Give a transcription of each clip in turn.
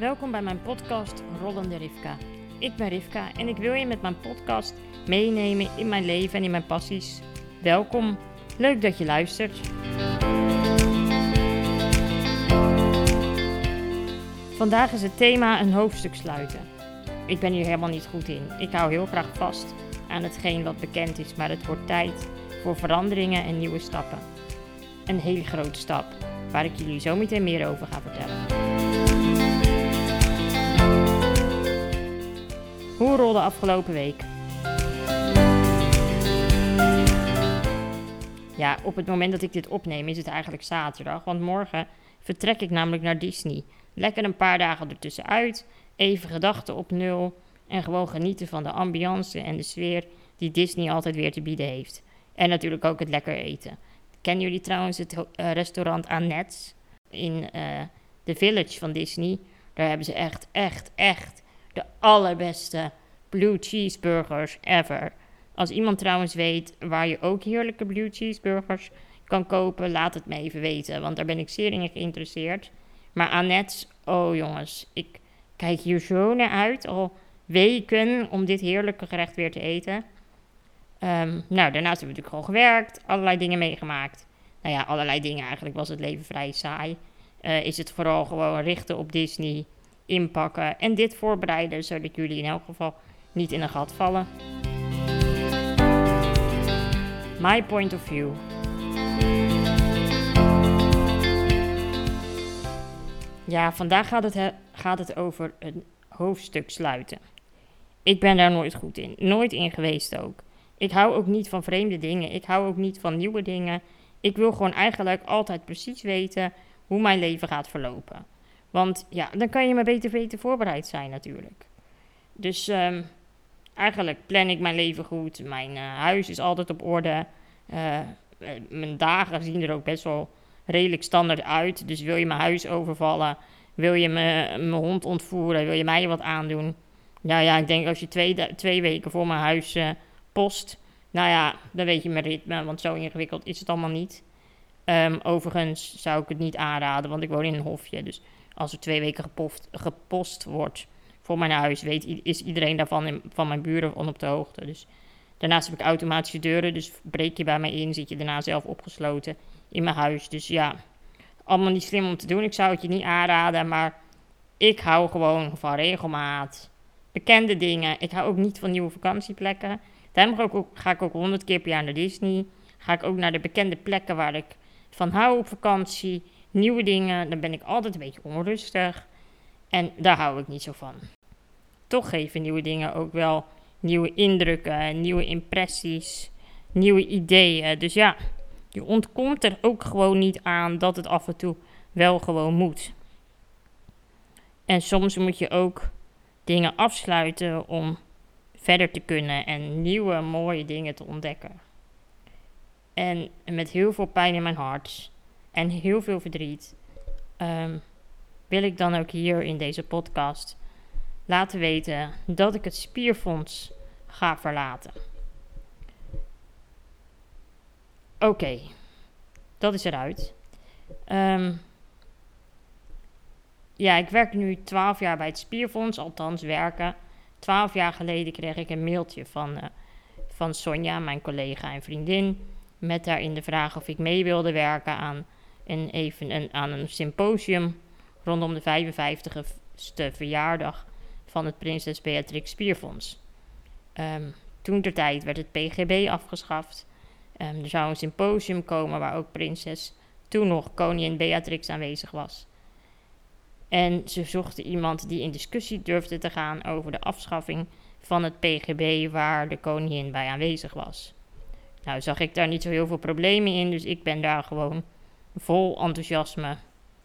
Welkom bij mijn podcast Rollende Rivka. Ik ben Rivka en ik wil je met mijn podcast meenemen in mijn leven en in mijn passies. Welkom, leuk dat je luistert. Vandaag is het thema een hoofdstuk sluiten. Ik ben hier helemaal niet goed in. Ik hou heel graag vast aan hetgeen wat bekend is, maar het wordt tijd voor veranderingen en nieuwe stappen. Een hele grote stap, waar ik jullie zo meteen meer over ga vertellen. Hoe rolde afgelopen week? Ja, op het moment dat ik dit opneem is het eigenlijk zaterdag, want morgen vertrek ik namelijk naar Disney. Lekker een paar dagen ertussenuit, even gedachten op nul en gewoon genieten van de ambiance en de sfeer die Disney altijd weer te bieden heeft. En natuurlijk ook het lekker eten. Kennen jullie trouwens het restaurant Annette's in The Village van Disney? Daar hebben ze echt de allerbeste blue cheeseburgers ever. Als iemand trouwens weet waar je ook heerlijke blue cheeseburgers kan kopen, laat het me even weten, want daar ben ik zeer in geïnteresseerd. Maar Annette's, oh jongens, ik kijk hier zo naar uit, al weken, om dit heerlijke gerecht weer te eten. Daarnaast hebben we natuurlijk gewoon gewerkt, allerlei dingen meegemaakt. Nou ja, allerlei dingen, eigenlijk was het leven vrij saai. Is het vooral gewoon richten op Disney, inpakken en dit voorbereiden, zodat jullie in elk geval niet in een gat vallen. My point of view. Ja, vandaag gaat het over een hoofdstuk sluiten. Ik ben daar nooit goed in. Nooit in geweest ook. Ik hou ook niet van vreemde dingen. Ik hou ook niet van nieuwe dingen. Ik wil gewoon eigenlijk altijd precies weten hoe mijn leven gaat verlopen. Want ja, dan kan je maar beter voorbereid zijn natuurlijk. Dus eigenlijk plan ik mijn leven goed. Mijn huis is altijd op orde. Mijn dagen zien er ook best wel redelijk standaard uit. Dus wil je mijn huis overvallen, wil je mijn hond ontvoeren, wil je mij wat aandoen. Nou ja, ik denk als je twee weken voor mijn huis post, nou ja, dan weet je mijn ritme, want zo ingewikkeld is het allemaal niet. Overigens zou ik het niet aanraden, want ik woon in een hofje. Dus als er 2 weken gepost wordt voor mijn huis, is iedereen daarvan van mijn buren op de hoogte. Dus daarnaast heb ik automatische deuren, dus breek je bij mij in, zit je daarna zelf opgesloten in mijn huis. Dus ja, allemaal niet slim om te doen. Ik zou het je niet aanraden, maar ik hou gewoon van regelmaat, bekende dingen. Ik hou ook niet van nieuwe vakantieplekken. Daarom ga ik ook 100 keer per jaar naar Disney. Ga ik ook naar de bekende plekken waar ik van hou op vakantie. Nieuwe dingen, dan ben ik altijd een beetje onrustig. En daar hou ik niet zo van. Toch geven nieuwe dingen ook wel nieuwe indrukken, nieuwe impressies, nieuwe ideeën. Dus ja, je ontkomt er ook gewoon niet aan dat het af en toe wel gewoon moet. En soms moet je ook dingen afsluiten om verder te kunnen en nieuwe mooie dingen te ontdekken. En met heel veel pijn in mijn hart en heel veel verdriet wil ik dan ook hier in deze podcast laten weten dat ik het Spierfonds ga verlaten. Oké, dat is eruit. Ik werk nu 12 jaar bij het Spierfonds, althans werken. 12 jaar geleden kreeg ik een mailtje van Sonja, mijn collega en vriendin, met daarin de vraag of ik mee wilde werken aan een symposium rondom de 55ste verjaardag van het Prinses Beatrix Spierfonds. Toen ter tijd werd het PGB afgeschaft. Er zou een symposium komen waar ook prinses, toen nog koningin Beatrix, aanwezig was. En ze zochten iemand die in discussie durfde te gaan over de afschaffing van het PGB waar de koningin bij aanwezig was. Nou zag ik daar niet zo heel veel problemen in, dus ik ben daar gewoon vol enthousiasme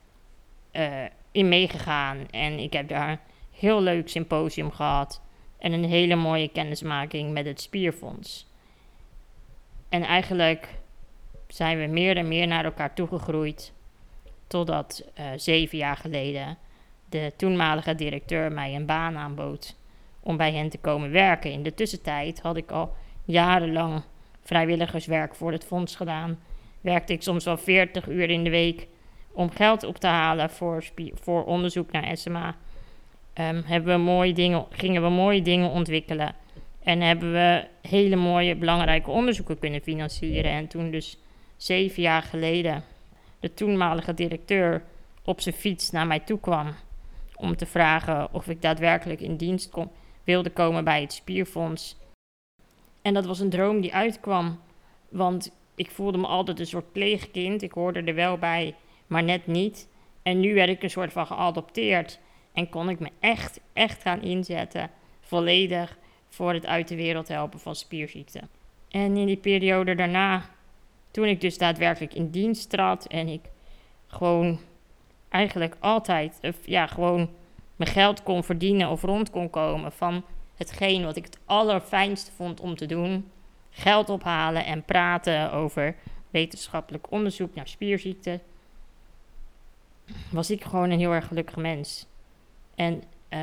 in meegegaan. En ik heb daar een heel leuk symposium gehad en een hele mooie kennismaking met het Spierfonds. En eigenlijk zijn we meer en meer naar elkaar toegegroeid, totdat 7 jaar geleden de toenmalige directeur mij een baan aanbood om bij hen te komen werken. In de tussentijd had ik al jarenlang vrijwilligerswerk voor het fonds gedaan. Werkte ik soms wel 40 uur in de week om geld op te halen voor onderzoek naar SMA. gingen we mooie dingen ontwikkelen. En hebben we hele mooie, belangrijke onderzoeken kunnen financieren. En toen dus 7 jaar geleden de toenmalige directeur op zijn fiets naar mij toe kwam om te vragen of ik daadwerkelijk in dienst wilde komen bij het Spierfonds. En dat was een droom die uitkwam, want ik voelde me altijd een soort pleegkind. Ik hoorde er wel bij, maar net niet. En nu werd ik een soort van geadopteerd en kon ik me echt gaan inzetten, volledig voor het uit de wereld helpen van spierziekten. En in die periode daarna, toen ik dus daadwerkelijk in dienst trad en ik gewoon eigenlijk altijd gewoon mijn geld kon verdienen of rond kon komen van hetgeen wat ik het allerfijnste vond om te doen. Geld ophalen en praten over wetenschappelijk onderzoek naar spierziekten. Was ik gewoon een heel erg gelukkig mens. En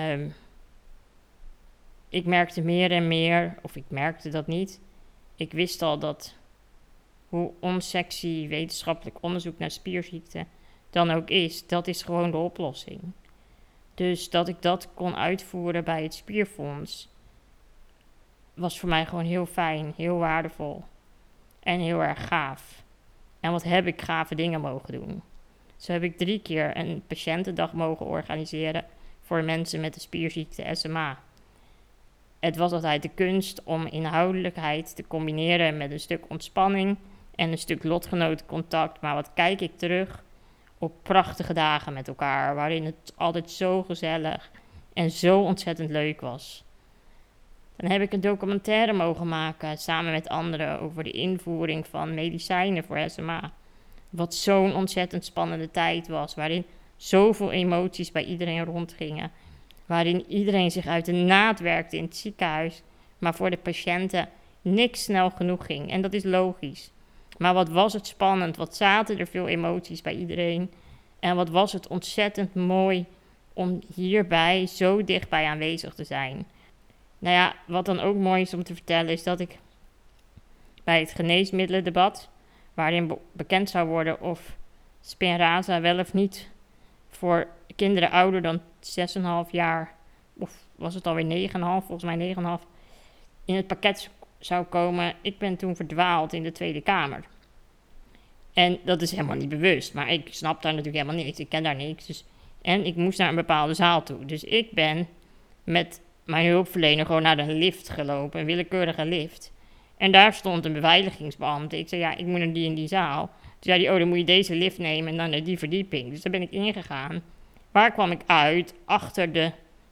ik merkte meer en meer, of ik merkte dat niet. Ik wist al dat hoe onsexy wetenschappelijk onderzoek naar spierziekten dan ook is, dat is gewoon de oplossing. Dus dat ik dat kon uitvoeren bij het Spierfonds was voor mij gewoon heel fijn, heel waardevol en heel erg gaaf. En wat heb ik gave dingen mogen doen. Zo heb ik 3 keer een patiëntendag mogen organiseren voor mensen met de spierziekte SMA. Het was altijd de kunst om inhoudelijkheid te combineren met een stuk ontspanning en een stuk lotgenotencontact. Maar wat kijk ik terug op prachtige dagen met elkaar, waarin het altijd zo gezellig en zo ontzettend leuk was. Dan heb ik een documentaire mogen maken samen met anderen over de invoering van medicijnen voor SMA. Wat zo'n ontzettend spannende tijd was, waarin zoveel emoties bij iedereen rondgingen. Waarin iedereen zich uit de naad werkte in het ziekenhuis, maar voor de patiënten niks snel genoeg ging. En dat is logisch. Maar wat was het spannend, wat zaten er veel emoties bij iedereen. En wat was het ontzettend mooi om hierbij zo dichtbij aanwezig te zijn. Nou ja, wat dan ook mooi is om te vertellen is dat ik bij het geneesmiddelendebat, waarin bekend zou worden of Spinraza wel of niet voor kinderen ouder dan 6,5 jaar, of was het alweer 9,5, volgens mij 9,5, in het pakket zou komen. Ik ben toen verdwaald in de Tweede Kamer. En dat is helemaal niet bewust, maar ik snap daar natuurlijk helemaal niks. Ik ken daar niks. Dus, en ik moest naar een bepaalde zaal toe. Dus ik ben met mijn hulpverlener gewoon naar een lift gelopen, een willekeurige lift. En daar stond een beveiligingsbeambte. Ik zei, ja, ik moet naar die in die zaal. Toen zei hij, oh, dan moet je deze lift nemen en dan naar die verdieping. Dus daar ben ik ingegaan. Waar kwam ik uit? Achter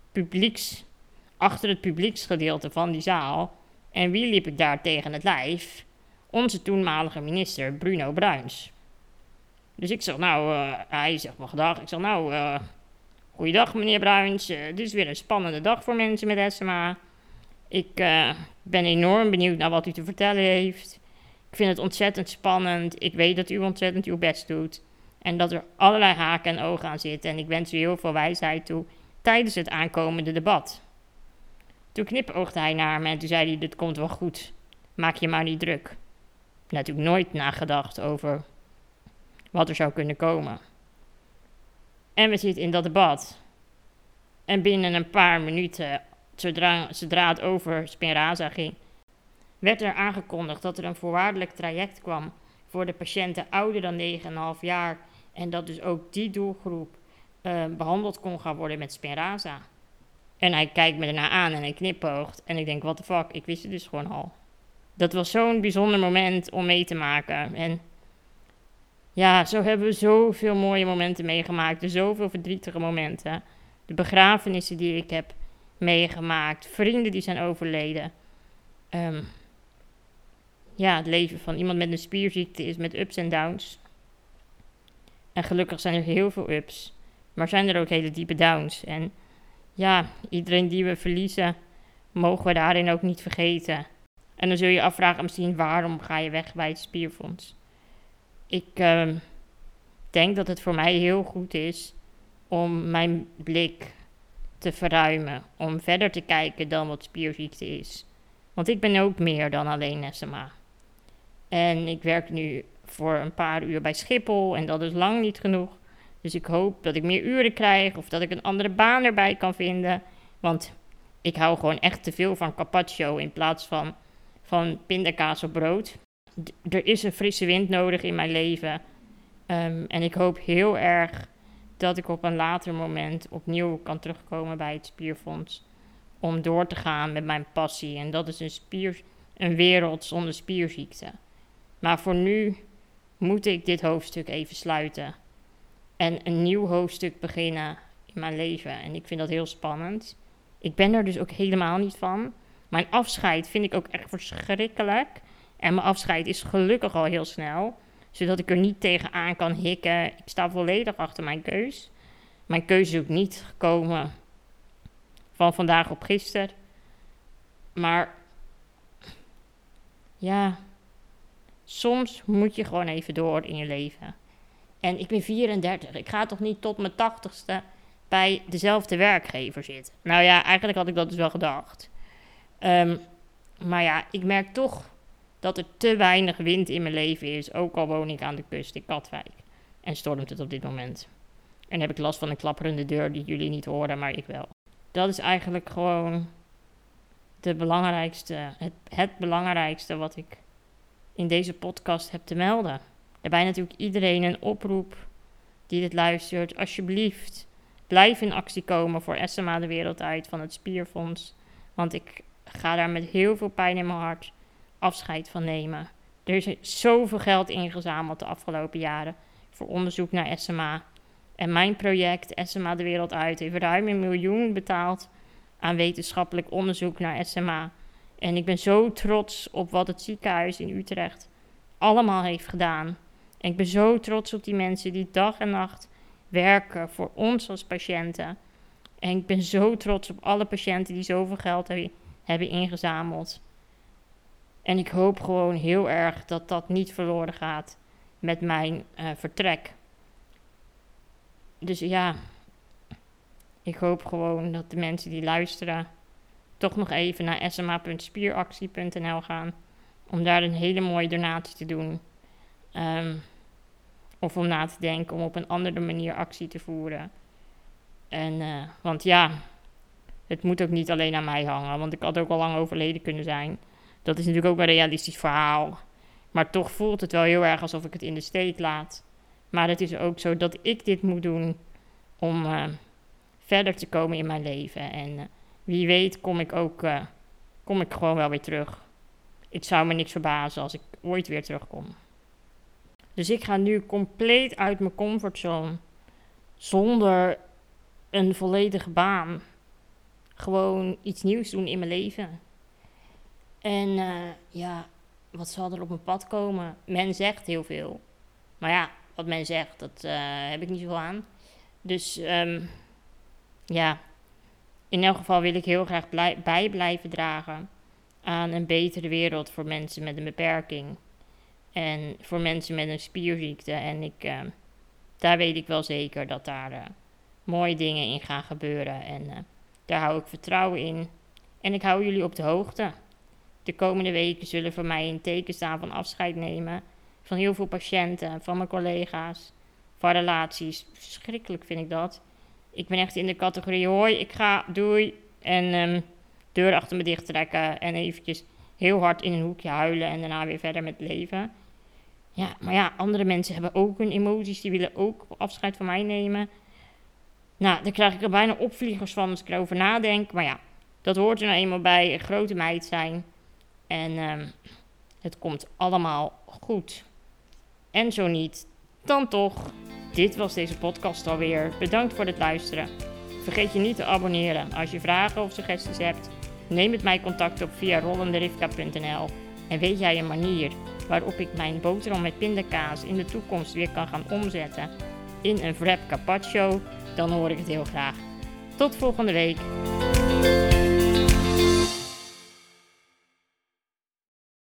het publieksgedeelte van die zaal. En wie liep ik daar tegen het lijf? Onze toenmalige minister, Bruno Bruins. Dus ik zeg, hij zegt wel gedag. Ik zeg, goeiedag meneer Bruins. Dit is weer een spannende dag voor mensen met SMA. Ik ben enorm benieuwd naar wat u te vertellen heeft. Ik vind het ontzettend spannend. Ik weet dat u ontzettend uw best doet. En dat er allerlei haken en ogen aan zitten. En ik wens u heel veel wijsheid toe tijdens het aankomende debat. Toen knipoogde hij naar me en toen zei hij, dit komt wel goed. Maak je maar niet druk. Natuurlijk nooit nagedacht over wat er zou kunnen komen. En we zitten in dat debat. En binnen een paar minuten, zodra het over Spinraza ging, werd er aangekondigd dat er een voorwaardelijk traject kwam voor de patiënten ouder dan 9,5 jaar. En dat dus ook die doelgroep behandeld kon gaan worden met Spinraza. En hij kijkt me ernaar aan en hij knipoogt. En ik denk, what the fuck, ik wist het dus gewoon al. Dat was zo'n bijzonder moment om mee te maken. En ja, zo hebben we zoveel mooie momenten meegemaakt. Zoveel verdrietige momenten. De begrafenissen die ik heb meegemaakt. Vrienden die zijn overleden. Het leven van iemand met een spierziekte is met ups en downs. En gelukkig zijn er heel veel ups. Maar zijn er ook hele diepe downs. En ja, iedereen die we verliezen, mogen we daarin ook niet vergeten. En dan zul je je afvragen misschien, waarom ga je weg bij het Spierfonds? Ik denk dat het voor mij heel goed is om mijn blik te verruimen. Om verder te kijken dan wat spierziekte is. Want ik ben ook meer dan alleen SMA. En ik werk nu voor een paar uur bij Schiphol en dat is lang niet genoeg. Dus ik hoop dat ik meer uren krijg of dat ik een andere baan erbij kan vinden. Want ik hou gewoon echt te veel van carpaccio in plaats van pindakaas op brood. Er is een frisse wind nodig in mijn leven. En ik hoop heel erg dat ik op een later moment opnieuw kan terugkomen bij het Spierfonds. Om door te gaan met mijn passie. En dat is een wereld zonder spierziekte. Maar voor nu moet ik dit hoofdstuk even sluiten. En een nieuw hoofdstuk beginnen in mijn leven. En ik vind dat heel spannend. Ik ben er dus ook helemaal niet van. Mijn afscheid vind ik ook echt verschrikkelijk. En mijn afscheid is gelukkig al heel snel. Zodat ik er niet tegenaan kan hikken. Ik sta volledig achter mijn keus. Mijn keuze is ook niet gekomen van vandaag op gisteren. Maar ja, soms moet je gewoon even door in je leven. En ik ben 34. Ik ga toch niet tot mijn 80ste bij dezelfde werkgever zitten. Nou ja, eigenlijk had ik dat dus wel gedacht. Maar ja, ik merk toch dat er te weinig wind in mijn leven is. Ook al woon ik aan de kust in Katwijk. En stormt het op dit moment. En heb ik last van een klapperende deur die jullie niet horen, maar ik wel. Dat is eigenlijk gewoon het belangrijkste wat ik in deze podcast heb te melden. Daarbij natuurlijk iedereen een oproep die dit luistert. Alsjeblieft, blijf in actie komen voor SMA de wereld uit van het Spierfonds. Want ik ga daar met heel veel pijn in mijn hart afscheid van nemen. Er is zoveel geld ingezameld de afgelopen jaren voor onderzoek naar SMA. En mijn project SMA de wereld uit heeft ruim 1 miljoen betaald aan wetenschappelijk onderzoek naar SMA. En ik ben zo trots op wat het ziekenhuis in Utrecht allemaal heeft gedaan. En ik ben zo trots op die mensen die dag en nacht werken voor ons als patiënten. En ik ben zo trots op alle patiënten die zoveel geld hebben ingezameld. En ik hoop gewoon heel erg dat dat niet verloren gaat met mijn vertrek. Dus ja, ik hoop gewoon dat de mensen die luisteren toch nog even naar sma.spieractie.nl gaan. Om daar een hele mooie donatie te doen. Of om na te denken om op een andere manier actie te voeren. Want ja, het moet ook niet alleen aan mij hangen. Want ik had ook al lang overleden kunnen zijn. Dat is natuurlijk ook een realistisch verhaal. Maar toch voelt het wel heel erg alsof ik het in de steek laat. Maar het is ook zo dat ik dit moet doen om verder te komen in mijn leven. En wie weet kom ik gewoon wel weer terug. Het zou me niks verbazen als ik ooit weer terugkom. Dus ik ga nu compleet uit mijn comfortzone. Zonder een volledige baan. Gewoon iets nieuws doen in mijn leven. En wat zal er op mijn pad komen? Men zegt heel veel. Maar ja, wat men zegt, dat heb ik niet zoveel aan. Dus in elk geval wil ik heel graag bij blijven dragen aan een betere wereld voor mensen met een beperking. En voor mensen met een spierziekte. En daar weet ik wel zeker dat daar mooie dingen in gaan gebeuren. En daar hou ik vertrouwen in. En ik hou jullie op de hoogte. De komende weken zullen voor mij een teken staan van afscheid nemen. Van heel veel patiënten, van mijn collega's, van relaties. Verschrikkelijk vind ik dat. Ik ben echt in de categorie, hoi, ik ga, doei. En deur achter me dicht trekken en eventjes heel hard in een hoekje huilen en daarna weer verder met leven. Ja, maar ja, andere mensen hebben ook hun emoties, die willen ook afscheid van mij nemen. Nou, daar krijg ik er bijna opvliegers van als ik erover nadenk. Maar ja, dat hoort er nou eenmaal bij, een grote meid zijn. En het komt allemaal goed. En zo niet, dan toch. Dit was deze podcast alweer. Bedankt voor het luisteren. Vergeet je niet te abonneren. Als je vragen of suggesties hebt, neem met mij contact op via rollenderivka.nl. En weet jij een manier waarop ik mijn boterham met pindakaas in de toekomst weer kan gaan omzetten in een wrap carpaccio? Dan hoor ik het heel graag. Tot volgende week.